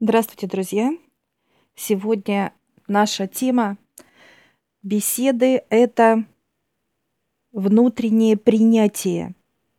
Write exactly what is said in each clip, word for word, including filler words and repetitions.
Здравствуйте, друзья! Сегодня наша тема беседы– это внутреннее принятие.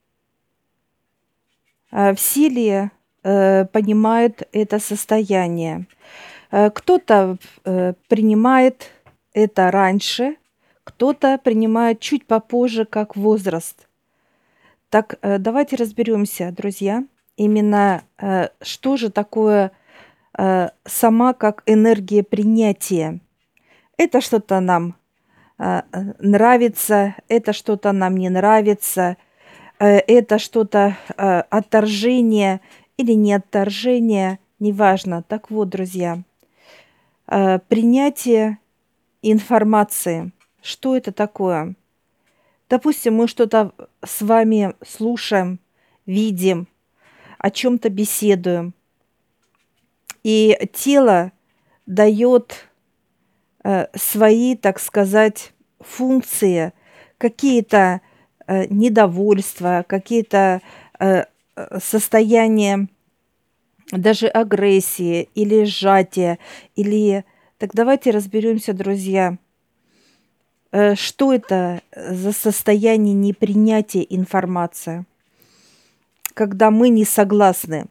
А, Все ли э, понимают это состояние? Э, Кто-то э, принимает это раньше, кто-то принимает чуть попозже, как возраст. Так, э, давайте разберемся, друзья, именно э, что же такое э, сама как энергия принятия. Это что-то нам а, э, нравится, это что-то нам не нравится, э, это что-то э, отторжение или не отторжение, неважно. Так вот, друзья, э, принятие информации. Что это такое? Допустим, мы что-то с вами слушаем, видим, о чем-то беседуем, и тело дает э, свои, так сказать, функции, какие-то э, недовольства, какие-то э, э, состояния даже агрессии или сжатия, или... Так давайте разберемся, друзья, э, что это за состояние непринятия информации, когда мы не согласны.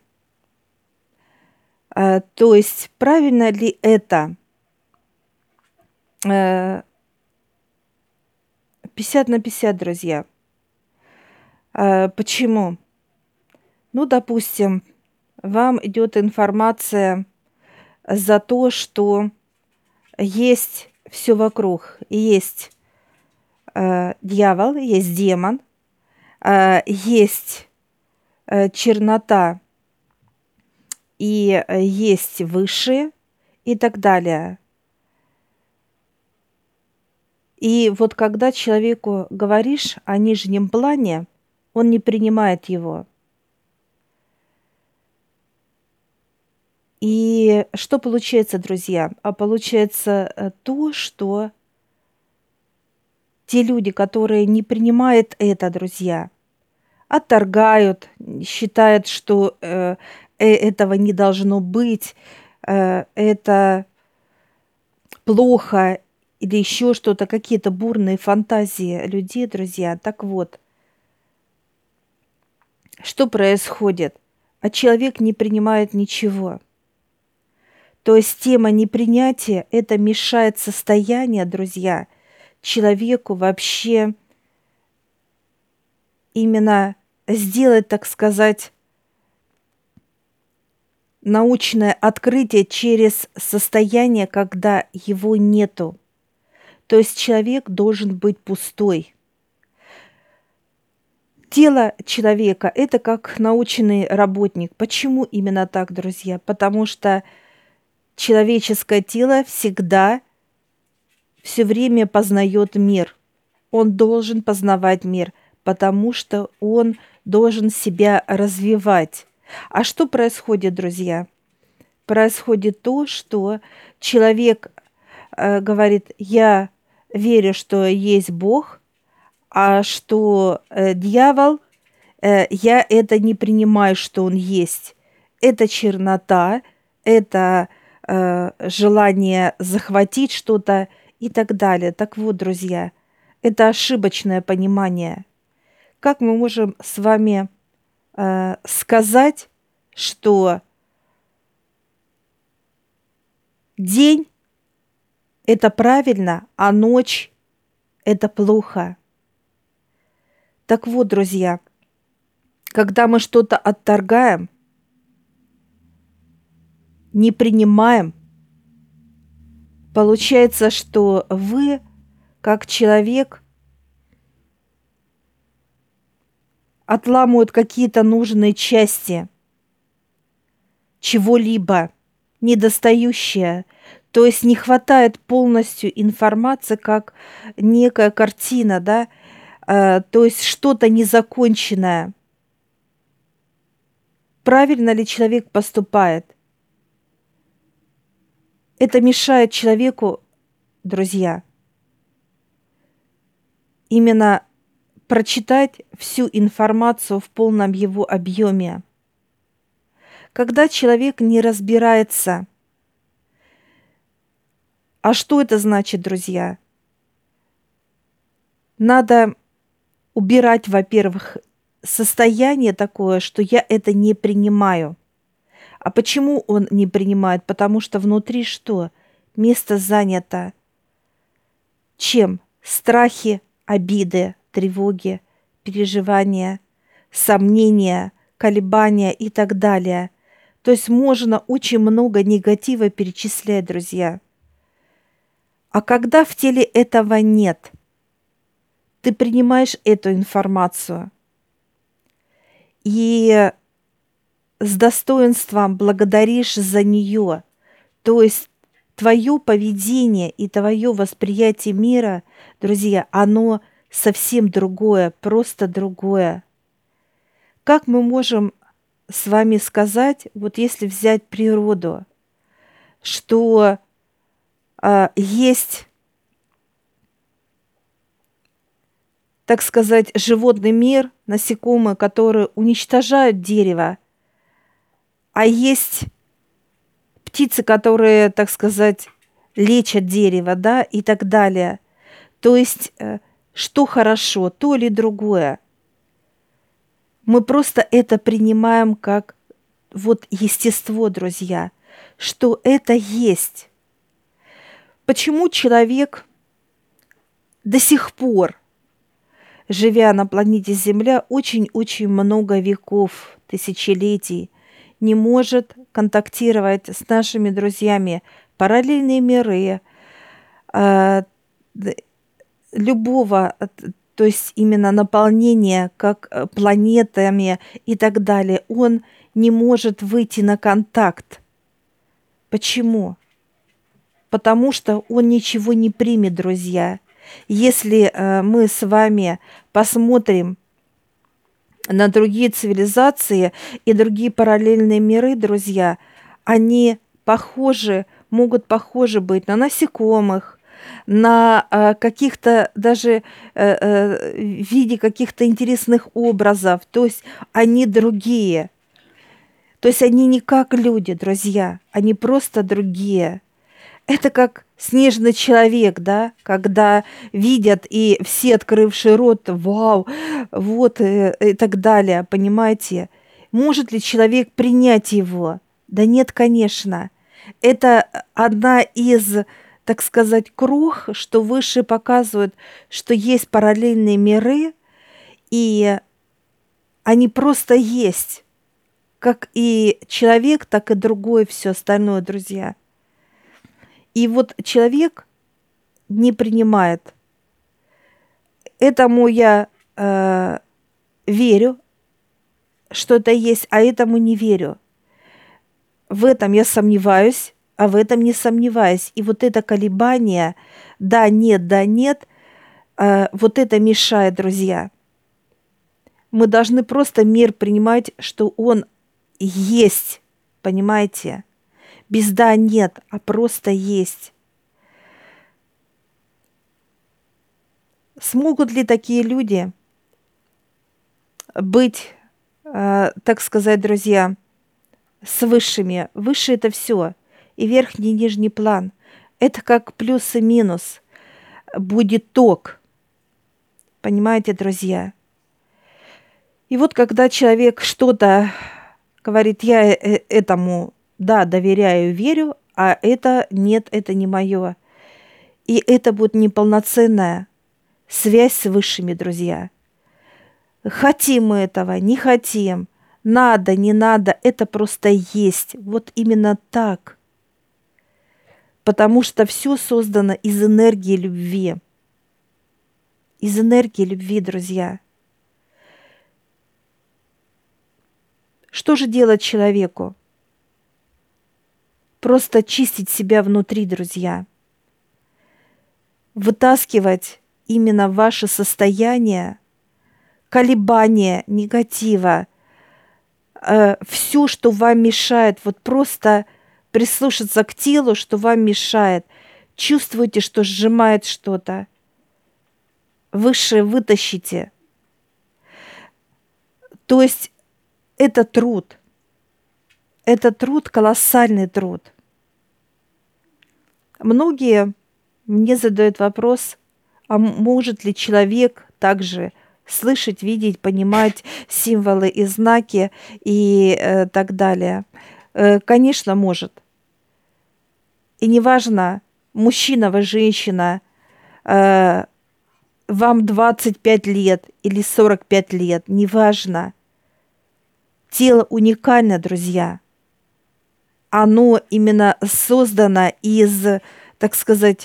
Э, то есть правильно ли это? Э, пятьдесят на пятьдесят, друзья. Э, почему? Ну, допустим, вам идет информация за то, что есть все вокруг. Есть э, дьявол, есть демон, э, есть э, чернота и э, есть высшие и так далее. И вот когда человеку говоришь о нижнем плане, он не принимает его. И что получается, друзья? А получается э, то, что те люди, которые не принимают это, друзья, отторгают, считают, что э, э, этого не должно быть, э, это плохо или еще что-то, какие-то бурные фантазии людей, друзья. Так вот, что происходит? А человек не принимает ничего. То есть тема непринятия– это мешает состояние, друзья, человеку вообще именно сделать, так сказать, научное открытие через состояние, когда его нету. То есть человек должен быть пустой. Тело человека– это как научный работник. Почему именно так, друзья? Потому что человеческое тело всегда, все время познает мир. Он должен познавать мир, потому что он должен себя развивать. А что происходит, друзья? Происходит то, что человек э, говорит, я верю, что есть Бог, а что э, дьявол, э, я это не принимаю, что он есть. Это чернота, это э, желание захватить что-то и так далее. Так вот, друзья, это ошибочное понимание. Как мы можем с вами э, сказать, что день– это правильно, а ночь– это плохо? Так вот, друзья, когда мы что-то отторгаем, не принимаем, получается, что вы, как человек, отламывают какие-то нужные части чего-либо, недостающее. То есть не хватает полностью информации, как некая картина, да, э, то есть что-то незаконченное. Правильно ли человек поступает? Это мешает человеку, друзья, именно прочитать всю информацию в полном его объеме. Когда человек не разбирается. А что это значит, друзья? Надо убирать, во-первых, состояние такое, что я это не принимаю. А почему он не принимает? Потому что внутри что? Место занято. Чем? Страхи, обиды, тревоги, переживания, сомнения, колебания и так далее. То есть можно очень много негатива перечислять, друзья. А когда в теле этого нет, ты принимаешь эту информацию и с достоинством благодаришь за нее. То есть твое поведение и твое восприятие мира, друзья, оно совсем другое, просто другое. Как мы можем с вами сказать, вот если взять природу, что э, есть, так сказать, животный мир, насекомые, которые уничтожают дерево, а есть птицы, которые, так сказать, лечат дерево, да, и так далее. То есть, э, что хорошо, то или другое. Мы просто это принимаем как вот естество, друзья, что это есть. Почему человек до сих пор, живя на планете Земля очень-очень много веков, тысячелетий, не может контактировать с нашими друзьями, параллельные миры, э, любого, то есть именно наполнение как планетами и так далее, он не может выйти на контакт. Почему? Потому что он ничего не примет, друзья. Если э, мы с вами посмотрим на другие цивилизации и другие параллельные миры, друзья, они похожи, могут похожи быть на насекомых, на э, каких-то даже э, э, в виде каких-то интересных образов, то есть они другие. То есть они не как люди, друзья, они просто другие. Это как снежный человек, да, когда видят и все, открывшие рот, вау, вот и, и так далее, понимаете? Может ли человек принять его? Да нет, конечно. Это одна из, так сказать, крох, что выше показывают, что есть параллельные миры, и они просто есть. Как и человек, так и другое все остальное, друзья. И вот человек не принимает. Этому я э, верю, что это есть, а этому не верю. В этом я сомневаюсь, а в этом не сомневаюсь. И вот это колебание, да, нет, да, нет, э, вот это мешает, друзья. Мы должны просто мир принимать, что он есть, понимаете? Без да, нет, а просто есть. Смогут ли такие люди быть, э, так сказать, друзья, с высшими? Выше это все. И верхний, и нижний план. Это как плюс и минус. Будет ток. Понимаете, друзья? И вот когда человек что-то говорит, я этому, да, доверяю, верю, а это нет, это не мое. И это будет неполноценная связь с высшими, друзья. Хотим мы этого, не хотим, надо, не надо, это просто есть. Вот именно так. Потому что все создано из энергии любви. Из энергии любви, друзья. Что же делать человеку? Просто чистить себя внутри, друзья. Вытаскивать именно ваше состояние, колебания, негатива, э, все, что вам мешает, вот просто прислушаться к телу, что вам мешает. Чувствуете, что сжимает что-то. Выше вытащите. То есть это труд. Это труд, колоссальный труд. Многие мне задают вопрос, а может ли человек также слышать, видеть, понимать символы и знаки и э, так далее? Э, конечно, может. И неважно, мужчина вы, женщина, э, вам двадцать пять лет или сорок пять лет, неважно. Тело уникально, друзья. Оно именно создано из, так сказать,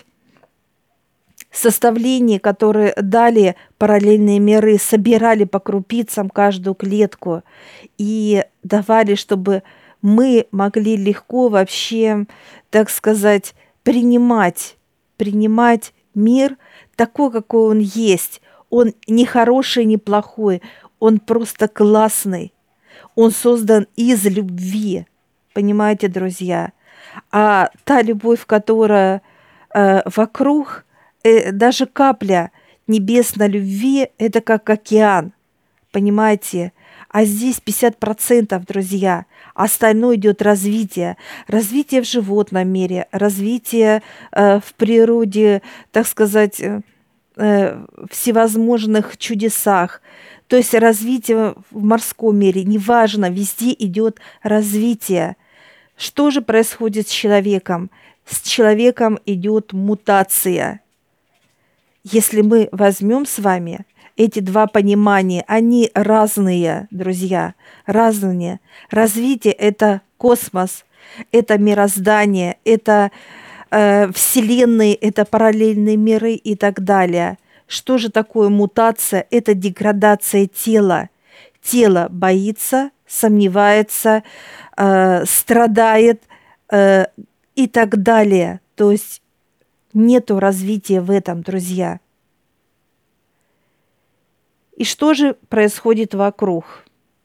составлений, которые дали параллельные миры, собирали по крупицам каждую клетку и давали, чтобы мы могли легко вообще, так сказать, принимать, принимать мир такой, какой он есть. Он не хороший, не плохой, он просто классный. Он создан из любви, понимаете, друзья? А та любовь, которая э, вокруг, э, даже капля небесной любви, это как океан, понимаете? А здесь пятьдесят процентов, друзья. Остальное идет развитие. Развитие в животном мире, развитие э, в природе, так сказать, э, э, всевозможных чудесах. То есть развитие в морском мире, неважно, везде идет развитие. Что же происходит с человеком? С человеком идет мутация. Если мы возьмем с вами эти два понимания, они разные, друзья, разные. Развитие – это космос, это мироздание, это э, вселенные, это параллельные миры и так далее. Что же такое мутация? Это деградация тела. Тело боится, сомневается, э, страдает э, и так далее. То есть нету развития в этом, друзья. И что же происходит вокруг?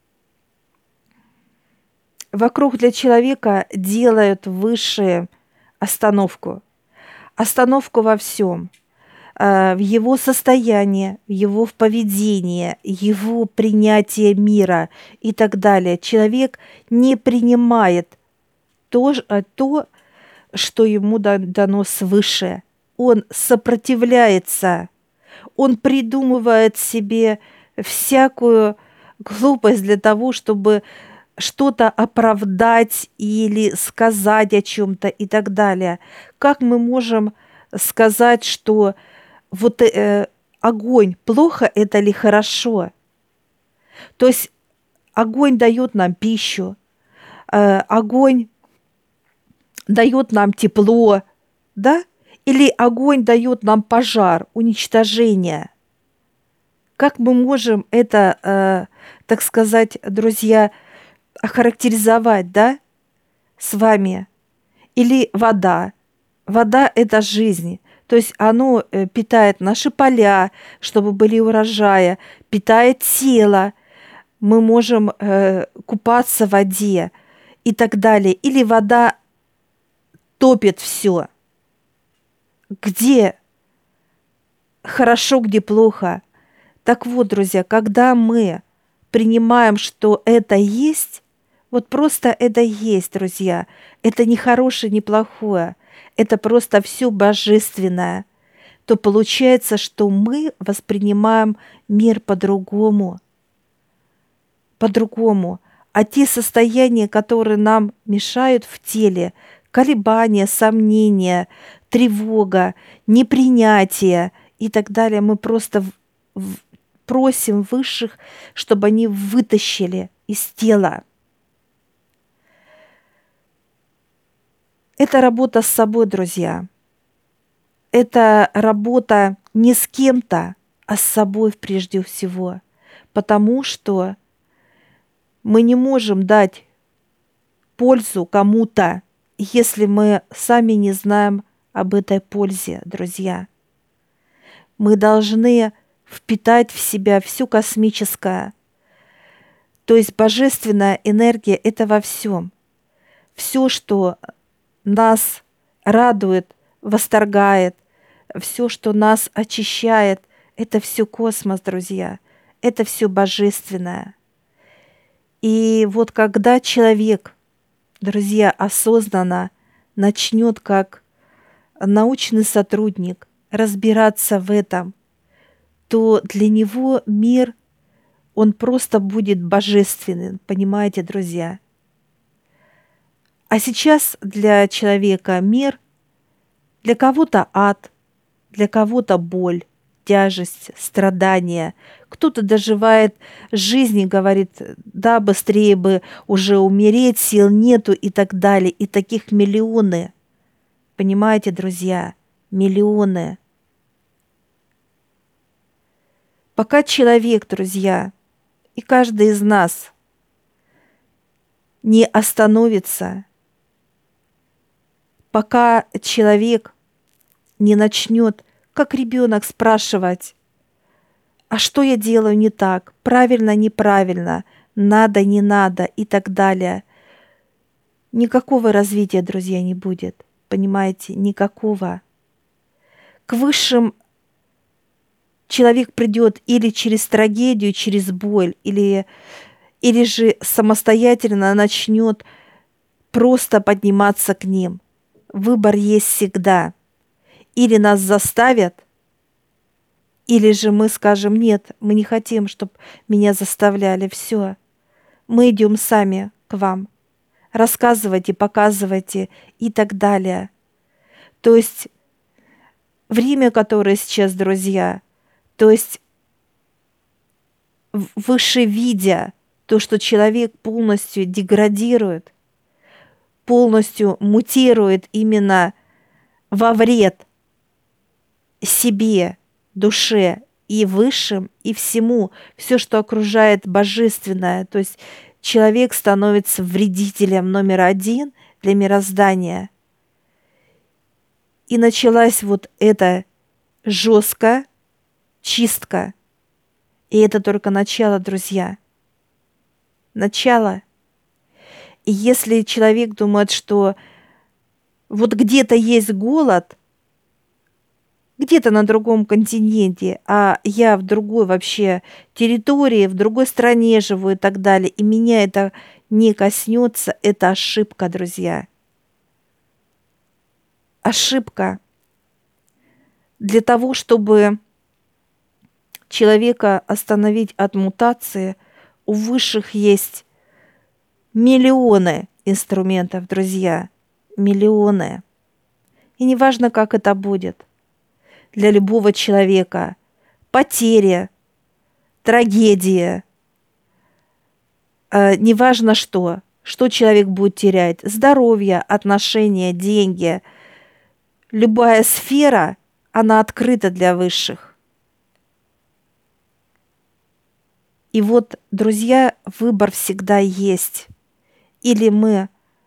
Вокруг для человека делают высшую остановку. Остановку во всем. В его состоянии, в его поведении, его принятие мира и так далее. Человек не принимает то, то что ему дано свыше. Он сопротивляется. Он придумывает себе всякую глупость для того, чтобы что-то оправдать или сказать о чем-то и так далее. Как мы можем сказать, что вот э, огонь плохо это или хорошо? То есть огонь дает нам пищу, э, огонь дает нам тепло, да? Или огонь дает нам пожар, уничтожение. Как мы можем это, э, так сказать, друзья, охарактеризовать, да, с вами? Или вода. Вода – это жизнь. То есть оно питает наши поля, чтобы были урожаи, питает тело. Мы можем э, купаться в воде и так далее. Или вода топит все. Где хорошо, где плохо. Так вот, друзья, когда мы принимаем, что это есть, вот просто это есть, друзья, это не хорошее, не плохое, это просто все божественное, то получается, что мы воспринимаем мир по-другому, по-другому. А те состояния, которые нам мешают в теле, колебания, сомнения, тревога, непринятие и так далее, мы просто в, в, просим высших, чтобы они вытащили из тела. Это работа с собой, друзья. Это работа не с кем-то, а с собой прежде всего. Потому что мы не можем дать пользу кому-то, если мы сами не знаем об этой пользе, друзья. Мы должны впитать в себя всю космическое. То есть божественная энергия – это во всем. Все, что нас радует, восторгает, все, что нас очищает, это все космос, друзья. Это все божественное. И вот когда человек друзья, осознанно начнет как научный сотрудник разбираться в этом, то для него мир, он просто будет божественным, понимаете, друзья? А сейчас для человека мир, для кого-то ад, для кого-то боль, тяжесть, страдания. Кто-то доживает жизни, говорит, да, быстрее бы уже умереть, сил нету и так далее. И таких миллионы. Понимаете, друзья? Миллионы. Пока человек, друзья, и каждый из нас не остановится, пока человек не начнет, как ребенок, спрашивать, а что я делаю не так, правильно, неправильно, надо, не надо и так далее. Никакого развития, друзья, не будет. Понимаете, никакого. К высшим человек придет или через трагедию, через боль, или, или же самостоятельно начнет просто подниматься к ним. Выбор есть всегда. Или нас заставят, или же мы скажем, нет, мы не хотим, чтобы меня заставляли. Все, мы идем сами к вам. Рассказывайте, показывайте и так далее. То есть время, которое сейчас, друзья, то есть выше видя то, что человек полностью деградирует, полностью мутирует именно во вред себе, душе и высшим, и всему, все, что окружает божественное. То есть человек становится вредителем номер один для мироздания. И началась вот эта жесткая чистка. И это только начало, друзья. Начало. И если человек думает, что вот где-то есть голод, где-то на другом континенте, а я в другой вообще территории, в другой стране живу и так далее, и меня это не коснется, это ошибка, друзья. Ошибка. Для того, чтобы человека остановить от мутации, у высших есть миллионы инструментов, друзья. Миллионы. И неважно, как это будет. Для любого человека потеря, трагедия, э, неважно что, что человек будет терять, здоровье, отношения, деньги, любая сфера, она открыта для высших. И вот, друзья, выбор всегда есть. Или мы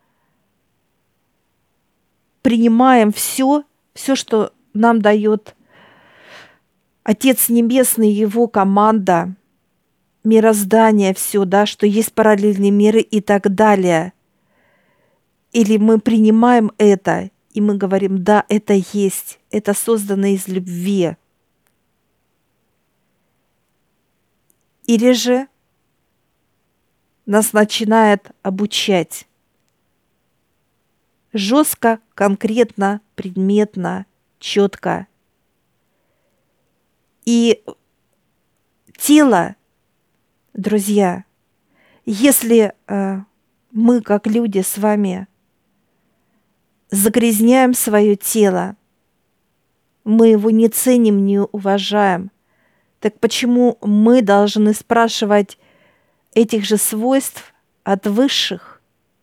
принимаем все, все, что нам дает Отец Небесный, Его команда, мироздание, все, да, что есть параллельные миры и так далее. Или мы принимаем это, и мы говорим, да, это есть, это создано из любви. Или же нас начинает обучать жестко, конкретно, предметно, четко. И тело, друзья, если э, мы, как люди, с вами загрязняем свое тело, мы его не ценим, не уважаем, так почему мы должны спрашивать этих же свойств от высших?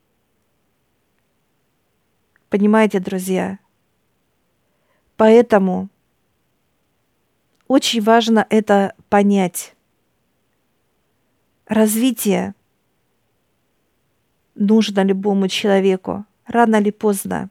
Понимаете, друзья? Поэтому очень важно это понять. Развитие нужно любому человеку, рано или поздно.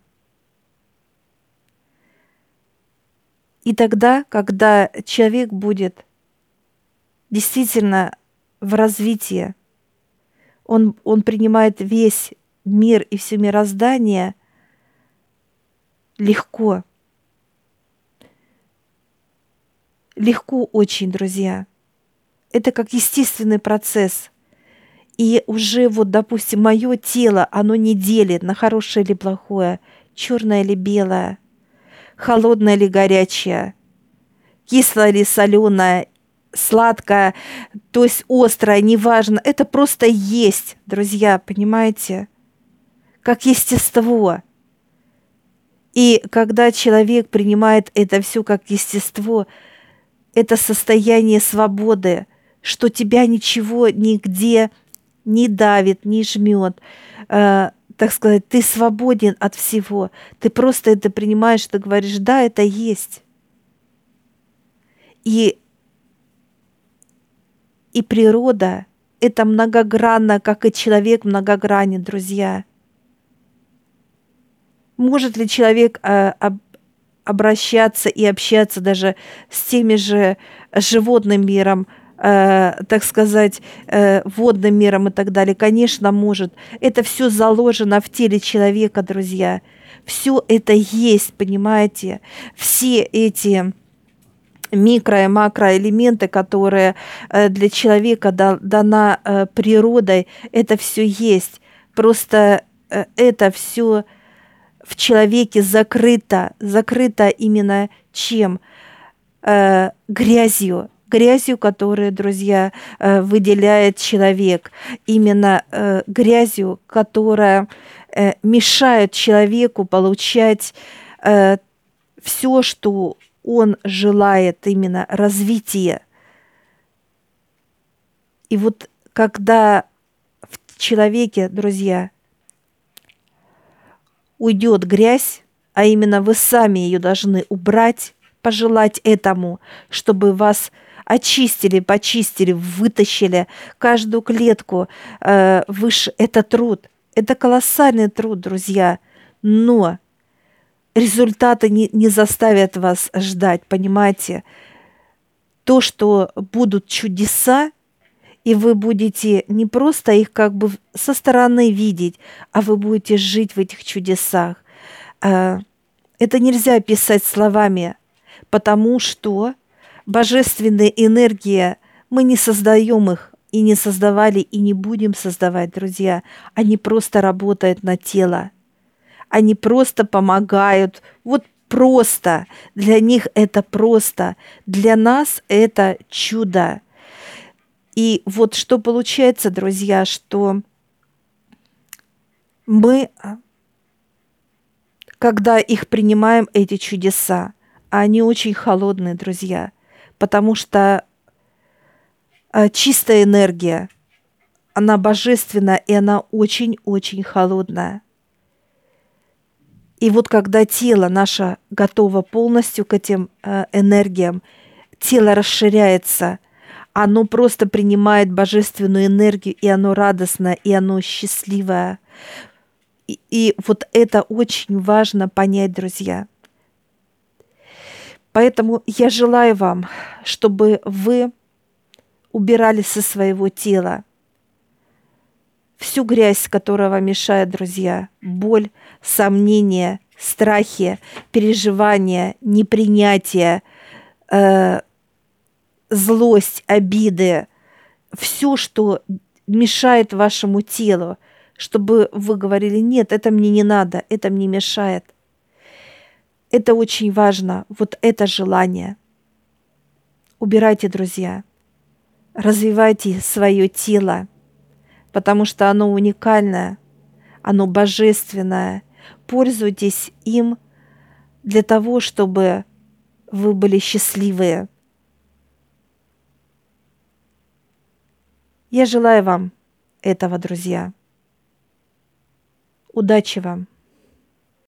И тогда, когда человек будет действительно в развитии, он, он принимает весь мир и все мироздание легко. Легко очень, друзья. Это как естественный процесс. И уже вот, допустим, мое тело, оно не делит на хорошее или плохое, черное или белое, холодное или горячее, кислое или соленое, сладкое, то есть острое, неважно. Это просто есть, друзья, понимаете? Как естество. И когда человек принимает это все как естество, это состояние свободы, что тебя ничего нигде не давит, не жмет, э, так сказать, ты свободен от всего. Ты просто это принимаешь, ты говоришь, да, это есть. И, и природа – это многогранно, как и человек многогранен, друзья. Может ли человек э, об, обращаться и общаться даже с теми же животным миром, э, так сказать, э, водным миром и так далее? Конечно, может. Это все заложено в теле человека, друзья. Все это есть, понимаете? Все эти микро- и макроэлементы, которые э, для человека да, дана э, природой, это все есть. Просто э, это все в человеке закрыто, закрыто именно чем? Э, грязью, грязью, которую, друзья, э, выделяет человек, именно э, грязью, которая э, мешает человеку получать э, все, что он желает, именно развитие. И вот когда в человеке, друзья, уйдет грязь, а именно вы сами ее должны убрать, пожелать этому, чтобы вас очистили, почистили, вытащили каждую клетку э, выше. Это труд, это колоссальный труд, друзья, но результаты не, не заставят вас ждать, понимаете? То, что будут чудеса, и вы будете не просто их как бы со стороны видеть, а вы будете жить в этих чудесах. Это нельзя описать словами, потому что божественные энергии, мы не создаем их, и не создавали, и не будем создавать, друзья. Они просто работают на тело. Они просто помогают. Вот просто. Для них это просто. Для нас это чудо. И вот что получается, друзья, что мы, когда их принимаем, эти чудеса, они очень холодные, друзья, потому что чистая энергия, она божественная, и она очень-очень холодная. И вот когда тело наше готово полностью к этим э, энергиям, тело расширяется, оно просто принимает божественную энергию, и оно радостное, и оно счастливое. И, и вот это очень важно понять, друзья. Поэтому я желаю вам, чтобы вы убирали со своего тела всю грязь, которая вам мешает, друзья, боль, сомнения, страхи, переживания, непринятие, э, злость, обиды, все, что мешает вашему телу, чтобы вы говорили, нет, это мне не надо, это мне мешает. Это очень важно, вот это желание. Убирайте, друзья, развивайте свое тело, потому что оно уникальное, оно божественное. Пользуйтесь им для того, чтобы вы были счастливые. Я желаю вам этого, друзья. Удачи вам!